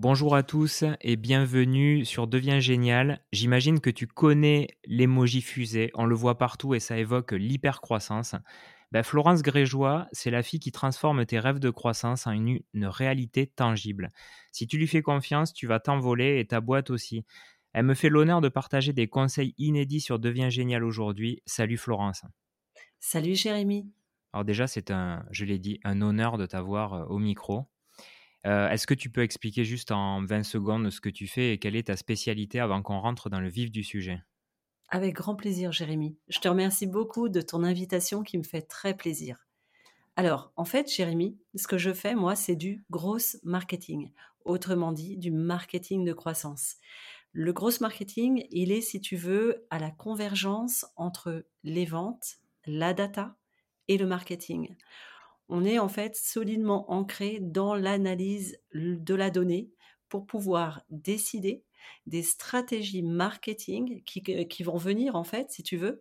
Bonjour à tous et bienvenue sur Deviens génial. J'imagine que tu connais l'emoji fusée, on le voit partout et ça évoque l'hypercroissance. Florence Grégeois, c'est la fille qui transforme tes rêves de croissance en une réalité tangible. Si tu lui fais confiance, tu vas t'envoler et ta boîte aussi. Elle me fait l'honneur de partager des conseils inédits sur Deviens génial aujourd'hui. Salut Florence. Salut Jérémy. Alors déjà, je l'ai dit, un honneur de t'avoir au micro. Est-ce que tu peux expliquer juste en 20 secondes ce que tu fais et quelle est ta spécialité avant qu'on rentre dans le vif du sujet? Avec grand plaisir Jérémy. Je te remercie beaucoup de ton invitation qui me fait très plaisir. Alors, en fait, Jérémy, ce que je fais, moi, c'est du gross marketing. Autrement dit, du marketing de croissance. Le gross marketing, il est, si tu veux, à la convergence entre les ventes, la data et le marketing. On est en fait solidement ancré dans l'analyse de la donnée pour pouvoir décider des stratégies marketing qui vont venir en fait, si tu veux,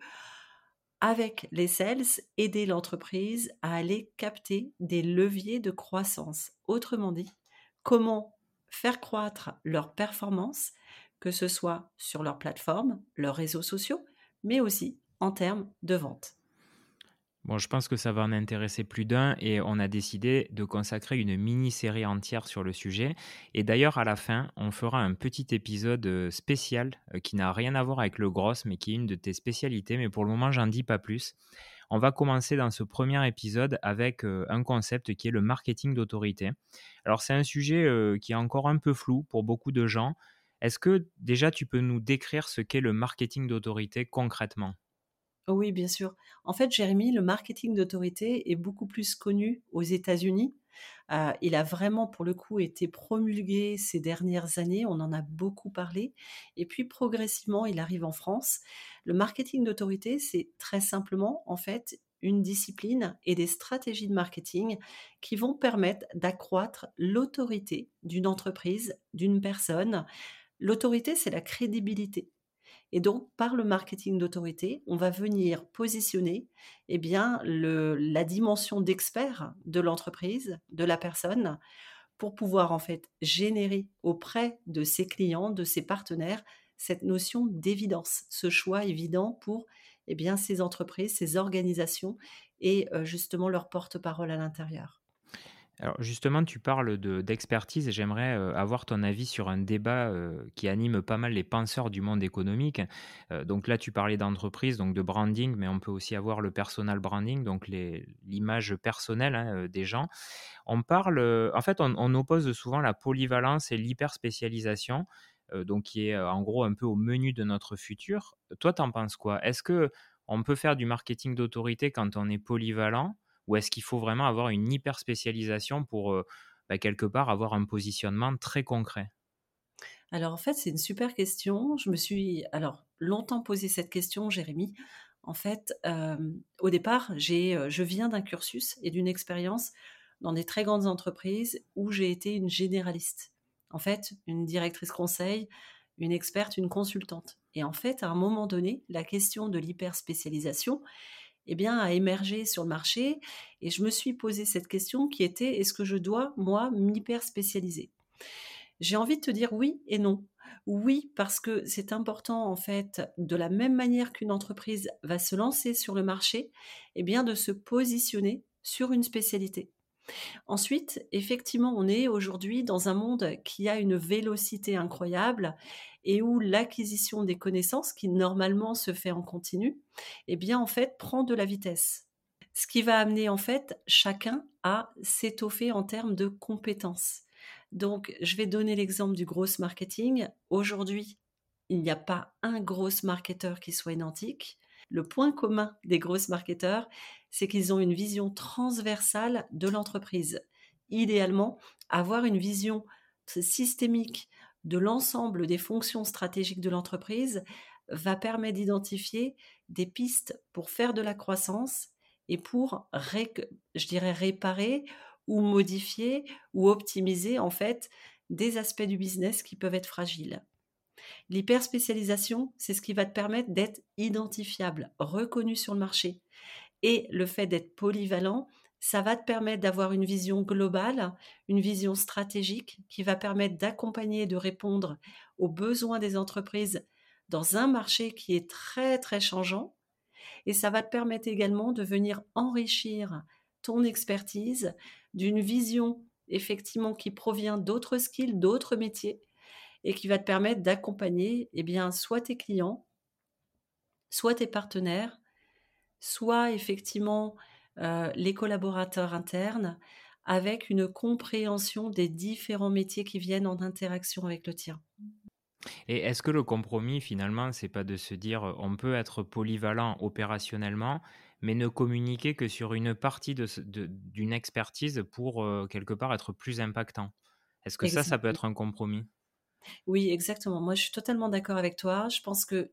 avec les sales, aider l'entreprise à aller capter des leviers de croissance. Autrement dit, comment faire croître leur performance, que ce soit sur leur plateforme, leurs réseaux sociaux, mais aussi en termes de vente. Bon, je pense que ça va en intéresser plus d'un et on a décidé de consacrer une mini-série entière sur le sujet. Et d'ailleurs, à la fin, on fera un petit épisode spécial qui n'a rien à voir avec le gros, mais qui est une de tes spécialités. Mais pour le moment, j'en dis pas plus. On va commencer dans ce premier épisode avec un concept qui est le marketing d'autorité. Alors, c'est un sujet qui est encore un peu flou pour beaucoup de gens. Est-ce que déjà tu peux nous décrire ce qu'est le marketing d'autorité concrètement? Oui, bien sûr. En fait, Jérémy, le marketing d'autorité est beaucoup plus connu aux États-Unis. Il a vraiment, pour le coup, été promulgué ces dernières années. On en a beaucoup parlé. Et puis, progressivement, il arrive en France. Le marketing d'autorité, c'est très simplement, en fait, une discipline et des stratégies de marketing qui vont permettre d'accroître l'autorité d'une entreprise, d'une personne. L'autorité, c'est la crédibilité. Et donc, par le marketing d'autorité, on va venir positionner la dimension d'expert de l'entreprise, de la personne, pour pouvoir en fait générer auprès de ses clients, de ses partenaires, cette notion d'évidence, ce choix évident pour ces entreprises, ces organisations et justement leur porte-parole à l'intérieur. Alors justement, tu parles d'expertise et j'aimerais avoir ton avis sur un débat qui anime pas mal les penseurs du monde économique. Donc là, tu parlais d'entreprise, donc de branding, mais on peut aussi avoir le personal branding, donc l'image personnelle hein, des gens. En fait, on oppose souvent la polyvalence et l'hyperspécialisation, donc qui est en gros un peu au menu de notre futur. Toi, t'en penses quoi? Est-ce que on peut faire du marketing d'autorité quand on est polyvalent? Ou est-ce qu'il faut vraiment avoir une hyper spécialisation pour, quelque part avoir un positionnement très concret? Alors en fait, c'est une super question. Je me suis alors longtemps posé cette question, Jérémy. En fait, au départ, je viens d'un cursus et d'une expérience dans des très grandes entreprises où j'ai été une généraliste. En fait, une directrice conseil, une experte, une consultante. Et en fait, à un moment donné, la question de l'hyperspécialisation, a émergé sur le marché et je me suis posé cette question qui était: «Est-ce que je dois, moi, m'hyper spécialiser?» J'ai envie de te dire oui et non. Oui, parce que c'est important en fait, de la même manière qu'une entreprise va se lancer sur le marché, de se positionner sur une spécialité. Ensuite, effectivement, on est aujourd'hui dans un monde qui a une vélocité incroyable et où l'acquisition des connaissances, qui normalement se fait en continu, en fait, prend de la vitesse. Ce qui va amener en fait chacun à s'étoffer en termes de compétences. Donc, je vais donner l'exemple du gross marketing. Aujourd'hui, il n'y a pas un gross marketeur qui soit identique. Le point commun des grosses marketeurs, c'est qu'ils ont une vision transversale de l'entreprise. Idéalement, avoir une vision systémique de l'ensemble des fonctions stratégiques de l'entreprise va permettre d'identifier des pistes pour faire de la croissance et pour je dirais réparer ou modifier ou optimiser en fait des aspects du business qui peuvent être fragiles. L'hyperspécialisation, c'est ce qui va te permettre d'être identifiable, reconnu sur le marché. Et le fait d'être polyvalent, Ça va te permettre d'avoir une vision globale, une vision stratégique qui va permettre d'accompagner et de répondre aux besoins des entreprises dans un marché qui est très, très changeant, et ça va te permettre également de venir enrichir ton expertise d'une vision effectivement qui provient d'autres skills, d'autres métiers et qui va te permettre d'accompagner, eh bien, soit tes clients, soit tes partenaires, soit effectivement, les collaborateurs internes avec une compréhension des différents métiers qui viennent en interaction avec le tien. Et est-ce que le compromis finalement, c'est pas de se dire, on peut être polyvalent opérationnellement, mais ne communiquer que sur une partie d'une expertise pour, quelque part être plus impactant? Est-ce que ça peut Exactement. être un compromis? Oui, exactement. Moi, je suis totalement d'accord avec toi. Je pense que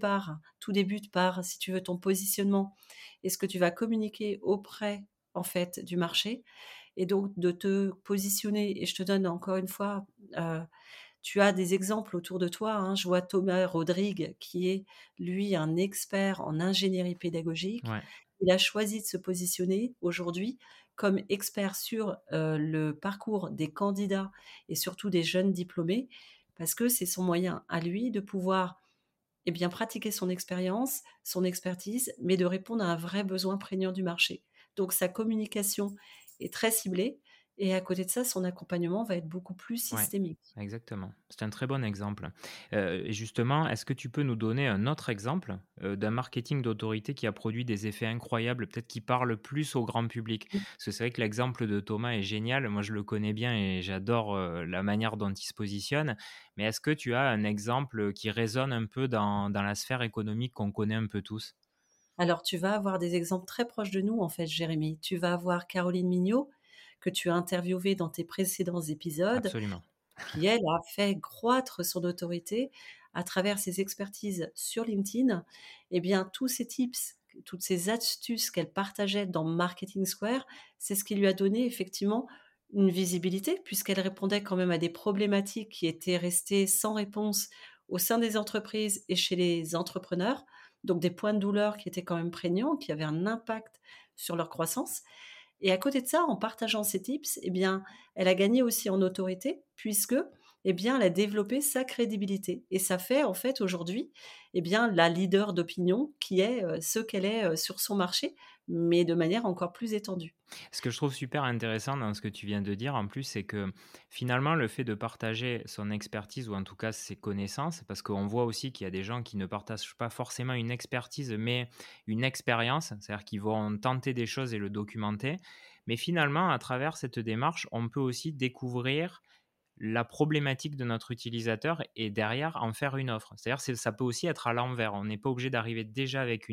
tout débute par, si tu veux, ton positionnement et ce que tu vas communiquer auprès, en fait, du marché et donc de te positionner et je te donne encore une fois, heu, tu as des exemples autour de toi, hein. Je vois Thomas Rodrigue qui est, lui, un expert en ingénierie pédagogique. Ouais, Il a choisi de se positionner aujourd'hui comme expert sur, le parcours des candidats et surtout des jeunes diplômés, parce que c'est son moyen à lui de pouvoir, eh bien, pratiquer son expérience, son expertise, mais de répondre à un vrai besoin prégnant du marché. Donc sa communication est très ciblée et à côté de ça, son accompagnement va être beaucoup plus ouais, systémique. exactement. C'est un très bon exemple. Et justement, est-ce que tu peux nous donner un autre exemple, d'un marketing d'autorité qui a produit des effets incroyables, peut-être qui parle plus au grand public? Parce que c'est vrai que l'exemple de Thomas est génial. Moi, je le connais bien et j'adore, la manière dont il se positionne. Mais est-ce que tu as un exemple, qui résonne un peu dans la sphère économique qu'on connaît un peu tous? Alors tu vas avoir des exemples très proches de nous en fait, Jérémy. Tu vas avoir Caroline Mignot, que tu as interviewée dans tes précédents épisodes, Absolument. qui elle a fait croître son autorité à travers ses expertises sur LinkedIn. Eh bien, tous ces tips, toutes ces astuces qu'elle partageait dans Marketing Square, c'est ce qui lui a donné effectivement une visibilité, puisqu'elle répondait quand même à des problématiques qui étaient restées sans réponse au sein des entreprises et chez les entrepreneurs. Donc des points de douleur qui étaient quand même prégnants, qui avaient un impact sur leur croissance. Et à côté de ça, en partageant ses tips, eh bien, elle a gagné aussi en autorité puisque, eh bien, elle a développé sa crédibilité et ça fait en fait aujourd'hui, eh bien, la leader d'opinion qui est, ce qu'elle est, sur son marché, mais de manière encore plus étendue. Ce que je trouve super intéressant dans ce que tu viens de dire, en plus, c'est que finalement, le fait de partager son expertise ou en tout cas ses connaissances, parce qu'on voit aussi qu'il y a des gens qui ne partagent pas forcément une expertise, mais une expérience, c'est-à-dire qu'ils vont tenter des choses et le documenter. Mais finalement, à travers cette démarche, on peut aussi découvrir la problématique de notre utilisateur et derrière en faire une offre. C'est-à-dire que ça peut aussi être à l'envers. On n'est pas obligé d'arriver déjà avec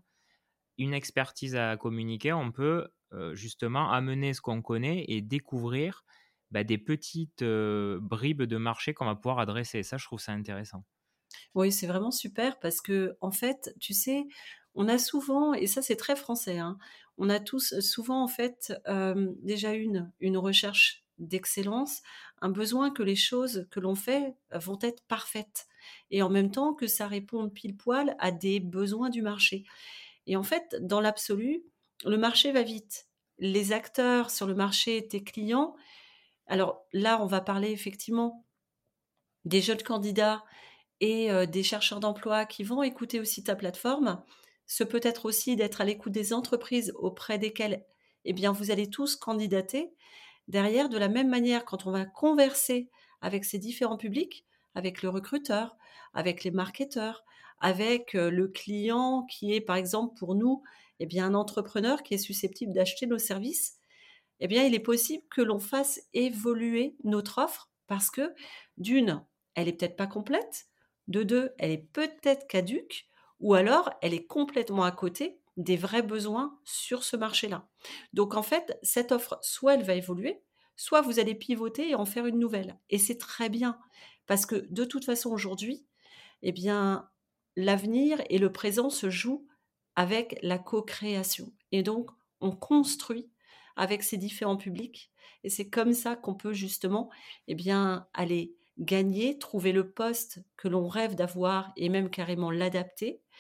une expertise à communiquer, on peut, justement amener ce qu'on connaît et découvrir, bah, des petites, bribes de marché qu'on va pouvoir adresser. Ça, je trouve ça intéressant. Oui, c'est vraiment super parce que en fait, tu sais, on a souvent et ça c'est très français, hein, on a tous souvent en fait, déjà une recherche d'excellence, un besoin que les choses que l'on fait, vont être parfaites et en même temps que ça réponde pile poil à des besoins du marché et en fait, dans l'absolu, le marché va vite. Les acteurs sur le marché, tes clients, alors là, on va parler effectivement des jeunes candidats et des chercheurs d'emploi qui vont écouter aussi ta plateforme. Ce peut être aussi d'être à l'écoute des entreprises auprès desquelles, eh bien, vous allez tous candidater. Derrière, de la même manière, quand on va converser avec ces différents publics, avec le recruteur, avec les marketeurs, avec, le client qui est, par exemple, pour nous, eh bien, un entrepreneur qui est susceptible d'acheter nos services, eh bien, il est possible que l'on fasse évoluer notre offre parce que d'une, elle est peut-être pas complète, de 2, elle est peut-être caduque ou alors elle est complètement à côté des vrais besoins sur ce marché-là. Donc en fait, cette offre, soit elle va évoluer, soit vous allez pivoter et en faire une nouvelle et c'est très bien parce que de toute façon aujourd'hui, eh bien, l'avenir et le présent se jouent avec la co-création et donc on construit avec ces différents publics et c'est comme ça qu'on peut justement, eh bien, aller gagner, trouver le poste que l'on rêve d'avoir et même carrément l'adapter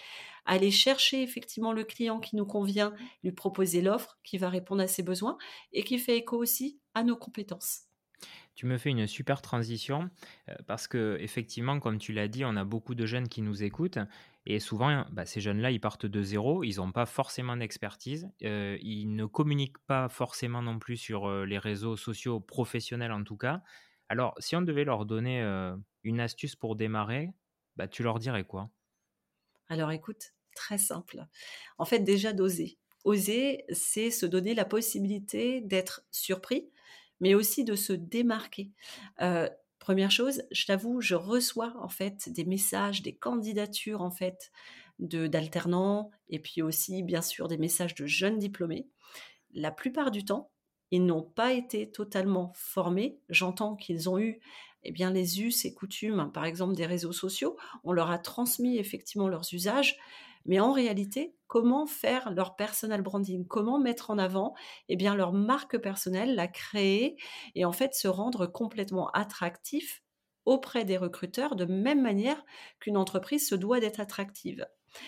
aller chercher effectivement le client qui nous convient, lui proposer l'offre qui va répondre à ses besoins et qui fait écho aussi à nos compétences. Tu me fais une super transition, parce que effectivement, comme tu l'as dit, on a beaucoup de jeunes qui nous écoutent et souvent, bah, ces jeunes-là, ils partent de zéro, ils ont pas forcément d'expertise, ils ne communiquent pas forcément non plus sur, les réseaux sociaux professionnels en tout cas. Alors si on devait leur donner, une astuce pour démarrer, bah, tu leur dirais quoi? Alors écoute, très simple. En fait, déjà d'oser. Oser, c'est se donner la possibilité d'être surpris, mais aussi de se démarquer. Heu, 1 chose, je t'avoue, je reçois en fait des messages, des candidatures en fait de d'alternants et puis aussi bien sûr des messages de jeunes diplômés. La plupart du temps, ils n'ont pas été totalement formés. J'entends qu'ils ont eu, eh bien, les us et coutumes, par exemple, des réseaux sociaux. On leur a transmis effectivement leurs usages, mais en réalité, comment faire leur personal branding? Comment mettre en avant, eh bien, leur marque personnelle, la créer et en fait se rendre complètement attractif auprès des recruteurs, de même manière qu'une entreprise se doit d'être attractive.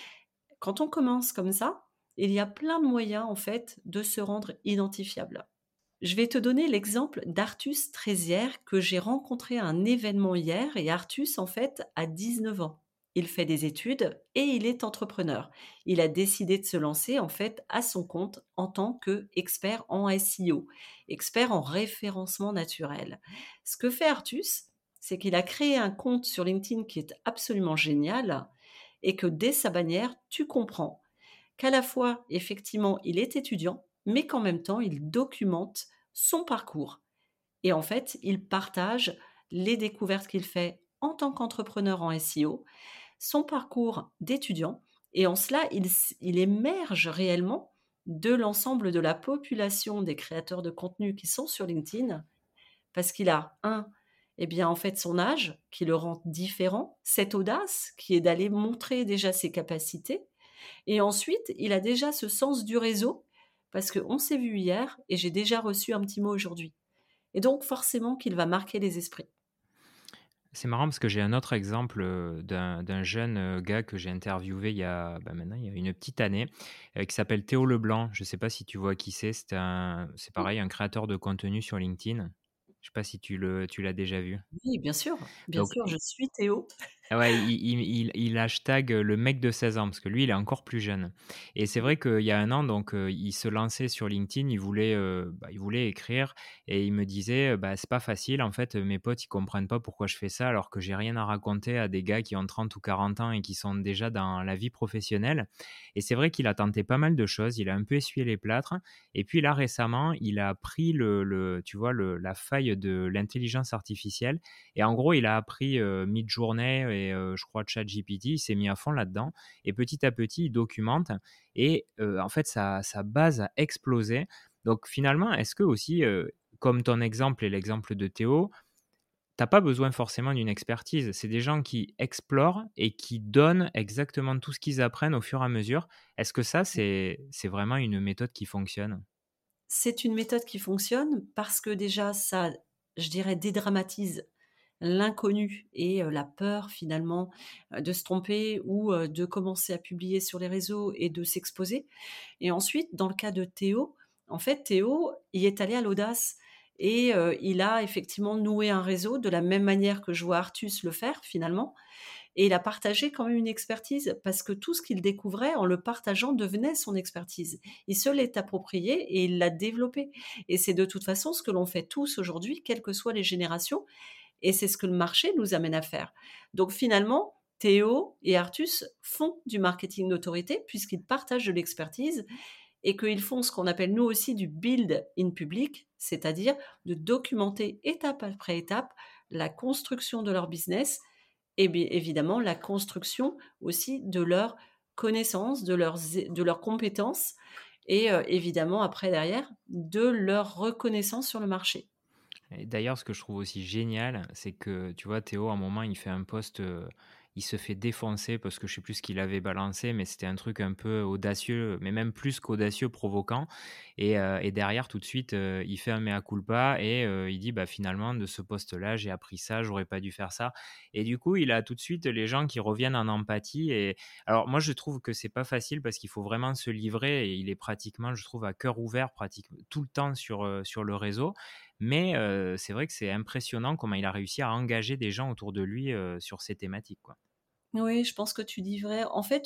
Quand on commence comme ça, il y a plein de moyens en fait de se rendre identifiable. Je vais te donner l'exemple d'Artus Trézière que j'ai rencontré à un événement hier et Artus en fait a 19 ans. Il fait des études et il est entrepreneur. Il a décidé de se lancer en fait à son compte en tant qu'expert en SEO, expert en référencement naturel. Ce que fait Artus, c'est qu'il a créé un compte sur LinkedIn qui est absolument génial et que dès sa bannière, tu comprends qu'à la fois, effectivement, il est étudiant, mais qu'en même temps, il documente son parcours. Et en fait, il partage les découvertes qu'il fait en tant qu'entrepreneur en SEO, son parcours d'étudiant, et en cela, il émerge réellement de l'ensemble de la population des créateurs de contenu qui sont sur LinkedIn, parce qu'il a, un, eh bien, en fait, son âge qui le rend différent, cette audace qui est d'aller montrer déjà ses capacités, et ensuite, il a déjà ce sens du réseau parce qu'on s'est vu hier et j'ai déjà reçu un petit mot aujourd'hui. Et donc forcément qu'il va marquer les esprits. C'est marrant parce que j'ai un autre exemple, d'un jeune, gars que j'ai interviewé il y a, bah, maintenant il y a une petite année, qui s'appelle Théo Leblanc. Je ne sais pas si tu vois qui c'est? C'est Oui, pareil, un créateur de contenu sur LinkedIn. Je sais pas si tu l'as déjà vu? oui, bien Donc sûr, je suis Théo. ouais, il hashtag, le mec de 16 ans parce que lui, il est encore plus jeune et c'est Oui. vrai qu'il y a un an donc il se lançait sur LinkedIn, il voulait écrire et il me disait, «Bah, c'est pas facile en fait, mes potes, ils comprennent pas pourquoi je fais ça alors que j'ai rien à raconter à des gars qui ont 30 ou 40 ans et qui sont déjà dans la vie professionnelle» et c'est vrai qu'il a tenté pas mal de choses, il a un peu essuyé les plâtres et puis là, récemment, il a pris tu vois, la faille de l'intelligence artificielle et en gros, il a appris, Midjourney et je crois ChatGPT. Il s'est mis à fond là-dedans et petit à petit, il documente et en fait, sa base a explosé. Donc finalement, est-ce que aussi, comme ton exemple et l'exemple de Théo, tu as pas besoin forcément d'une expertise. C'est des gens qui explorent et qui donnent exactement tout ce qu'ils apprennent au fur et à mesure. Est-ce que ça, c'est vraiment une méthode qui fonctionne? C'est une méthode qui fonctionne parce que déjà ça, je dirais, dédramatise l'inconnu et la peur finalement, de se tromper ou de commencer à publier sur les réseaux et de s'exposer. Et ensuite, dans le cas de Théo, en fait, Théo y est allé à l'audace et il a effectivement noué un réseau de la même manière que je vois Artus le faire finalement et il a partagé quand même une expertise parce que tout ce qu'il découvrait en le partageant devenait son expertise. Il se l'est approprié et il l'a développé et c'est de toute façon ce que l'on fait tous aujourd'hui, quelles que soient les générations et c'est ce que le marché nous amène à faire. Donc finalement, Théo et Artus font du marketing d'autorité puisqu'ils partagent de l'expertise et qu'ils font ce qu'on appelle nous aussi du build in public, c'est-à-dire de documenter étape après étape la construction de leur business et bien évidemment la construction aussi de leurs connaissances, de leurs compétences et évidemment après derrière de leur reconnaissance sur le marché. Et d'ailleurs, ce que je trouve aussi génial, c'est que, tu vois, Théo, à un moment, il fait un post, il se fait défoncer parce que je sais plus ce qu'il avait balancé, mais c'était un truc un peu audacieux, mais même plus qu'audacieux, provoquant et derrière tout de suite, il fait un mea culpa et il dit: «Bah, finalement de ce poste-là, j'ai appris ça, j'aurais pas dû faire ça» et du coup, il a tout de suite les gens qui reviennent en empathie et alors moi, je trouve que c'est pas facile parce qu'il faut vraiment se livrer et il est pratiquement, je trouve, à cœur ouvert pratiquement tout le temps sur le réseau. Mais c'est vrai que c'est impressionnant comment il a réussi à engager des gens autour de lui, sur ces thématiques, quoi. Oui, je pense que tu dis vrai. En fait,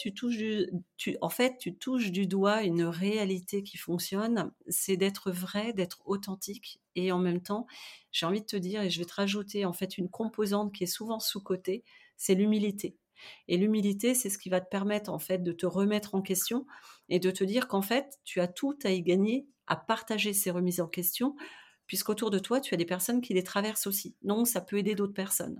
tu touches du doigt une réalité qui fonctionne, c'est d'être vrai, d'être authentique et en même temps, j'ai envie de te dire et je vais te rajouter en fait une composante qui est souvent sous-cotée, c'est l'humilité. Et l'humilité, c'est ce qui va te permettre en fait de te remettre en question et de te dire qu'en fait, tu as tout à y gagner à partager ces remises en question, puisqu'autour de toi, tu as des personnes qui les traversent aussi. Donc ça peut aider d'autres personnes.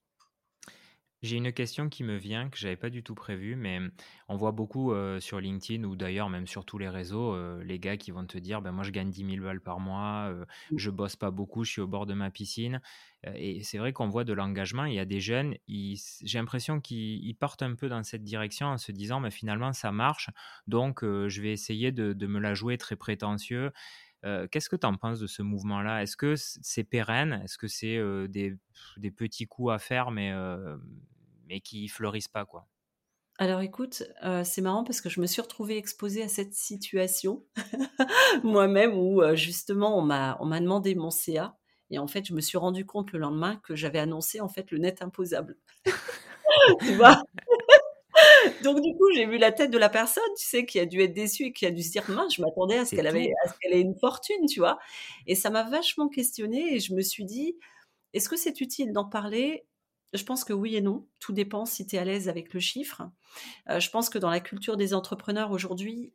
J'ai une question qui me vient, que j'avais pas du tout prévue, mais on voit beaucoup, sur LinkedIn ou d'ailleurs même sur tous les réseaux, les gars qui vont te dire: «Ben moi je gagne 10 000 balles par mois, je bosse pas beaucoup, je suis au bord de ma piscine», et c'est vrai qu'on voit de l'engagement. Il y a des jeunes, j'ai l'impression qu'ils partent un peu dans cette direction en se disant: «Mais finalement ça marche, donc je vais essayer de me la jouer très prétentieux». Qu'est-ce que tu en penses de ce mouvement-là? Est-ce que c'est pérenne? Est-ce que c'est, des petits coups à faire mais qui fleurissent pas, quoi? Alors écoute, c'est marrant parce que je me suis retrouvée exposée à cette situation moi-même où, justement on m'a demandé mon CA et en fait, je me suis rendue compte le lendemain que j'avais annoncé en fait le net imposable. Tu vois? Donc du coup, j'ai vu la tête de la personne, tu sais, qui a dû être déçue et qui a dû se dire: «Mince, je m'attendais C'est tout. à ce qu'elle ait une fortune», tu vois? Et ça m'a vachement questionnée et je me suis dit: «Est-ce que c'est utile d'en parler?» Je pense que oui et non. Tout dépend si tu es à l'aise avec le chiffre. Je pense que dans la culture des entrepreneurs aujourd'hui,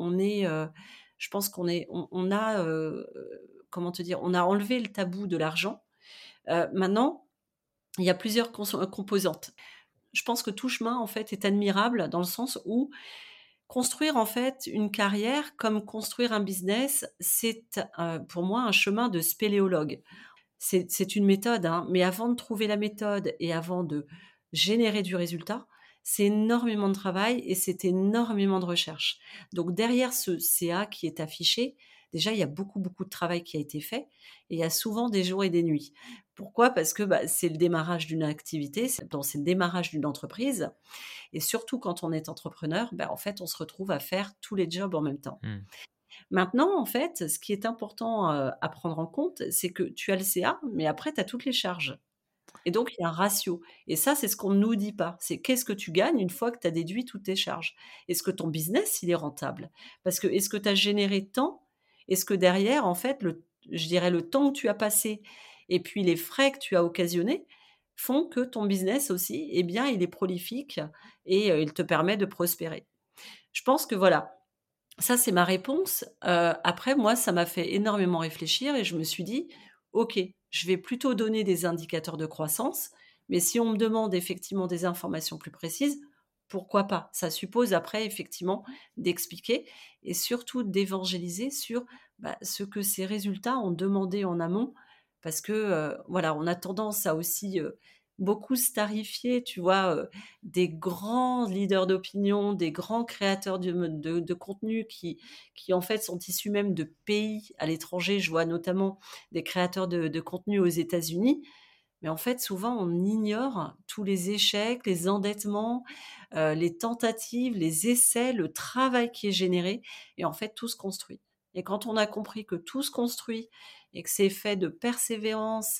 je pense on a, comment te dire? On a enlevé le tabou de l'argent. Maintenant, il y a plusieurs composantes. Je pense que tout chemin, en fait, est admirable dans le sens où construire, en fait, une carrière comme construire un business, c'est, pour moi un chemin de spéléologue. C'est une méthode, hein, mais avant de trouver la méthode et avant de générer du résultat, c'est énormément de travail et c'est énormément de recherche. Donc derrière ce CA qui est affiché, déjà il y a beaucoup, beaucoup de travail qui a été fait et il y a souvent des jours et des nuits. Pourquoi? Parce que, bah, c'est le démarrage d'une activité, c'est le démarrage d'une entreprise et surtout quand on est entrepreneur, bah, en fait, on se retrouve à faire tous les jobs en même temps. Mmh. Maintenant, en fait, ce qui est important, à prendre en compte, c'est que tu as le CA, mais après tu as toutes les charges et donc il y a un ratio et ça, c'est ce qu'on ne nous dit pas. C'est qu'est-ce que tu gagnes une fois que tu as déduit toutes tes charges? Est-ce que ton business, il est rentable? Parce que est-ce que tu as généré tant? Est-ce que derrière, en fait, je dirais le temps que tu as passé et puis les frais que tu as occasionnés font que ton business aussi, eh bien, il est prolifique et il te permet de prospérer. Je pense que voilà, ça, c'est ma réponse. Après moi, ça m'a fait énormément réfléchir et je me suis dit: «OK, je vais plutôt donner des indicateurs de croissance, mais si on me demande effectivement des informations plus précises, pourquoi pas?» Ça suppose après effectivement d'expliquer et surtout d'évangéliser sur, bah, ce que ces résultats ont demandé en amont parce que, voilà, on a tendance à aussi, beaucoup starifier, tu vois, des grands leaders d'opinion, des grands créateurs de contenu qui en fait sont issus même de pays à l'étranger. Je vois notamment des créateurs de contenu aux États-Unis, mais en fait souvent on ignore tous les échecs, les endettements, les tentatives, les essais, le travail qui est généré et en fait tout se construit. Et quand on a compris que tout se construit et que c'est fait de persévérance,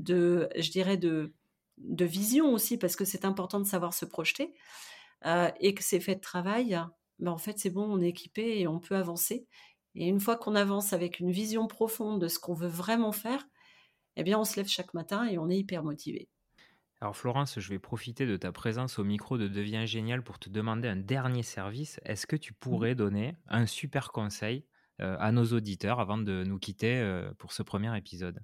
je dirais de vision aussi parce que c'est important de savoir se projeter, et que c'est fait de travail, ben, en fait, c'est bon, on est équipé et on peut avancer et une fois qu'on avance avec une vision profonde de ce qu'on veut vraiment faire, eh bien, on se lève chaque matin et on est hyper motivé. Alors Florence, je vais profiter de ta présence au micro de Devient Génial pour te demander un dernier service. Est-ce que tu Mmh. pourrais donner un super conseil, à nos auditeurs avant de nous quitter, pour ce premier épisode?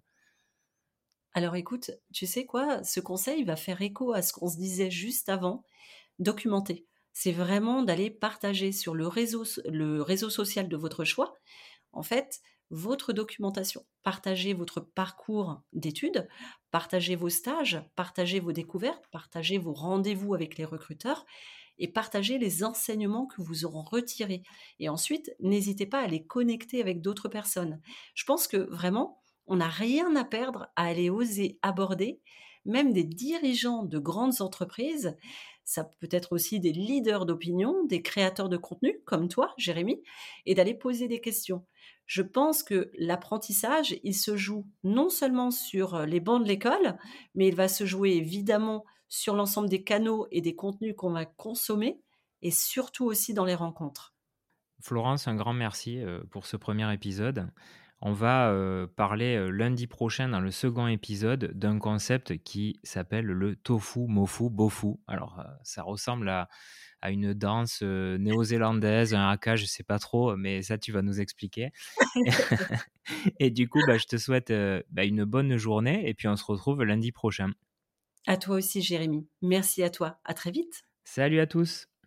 Alors écoute, tu sais quoi? Ce conseil va faire écho à ce qu'on se disait juste avant, documenter. C'est vraiment d'aller partager sur le réseau social de votre choix. En fait, votre documentation. Partagez votre parcours d'études, partagez vos stages, partagez vos découvertes, partagez vos rendez-vous avec les recruteurs et partagez les enseignements que vous auront retirés. Et ensuite, n'hésitez pas à les connecter avec d'autres personnes. Je pense que vraiment, on n'a rien à perdre à aller oser aborder même des dirigeants de grandes entreprises. Ça peut être aussi des leaders d'opinion, des créateurs de contenu comme toi, Jérémy, et d'aller poser des questions. Je pense que l'apprentissage, il se joue non seulement sur les bancs de l'école, mais il va se jouer évidemment sur l'ensemble des canaux et des contenus qu'on va consommer et surtout aussi dans les rencontres. Florence, un grand merci, pour ce premier épisode. On va, parler, lundi prochain dans le second épisode d'un concept qui s'appelle le tofu, mofu, bofu. Alors, ça ressemble à une danse, néo-zélandaise, un haka, je sais pas trop, mais ça tu vas nous expliquer. Et du coup, bah, je te souhaite, une bonne journée et puis on se retrouve lundi prochain. À toi aussi, Jérémy. Merci à toi. À très vite. Salut à tous!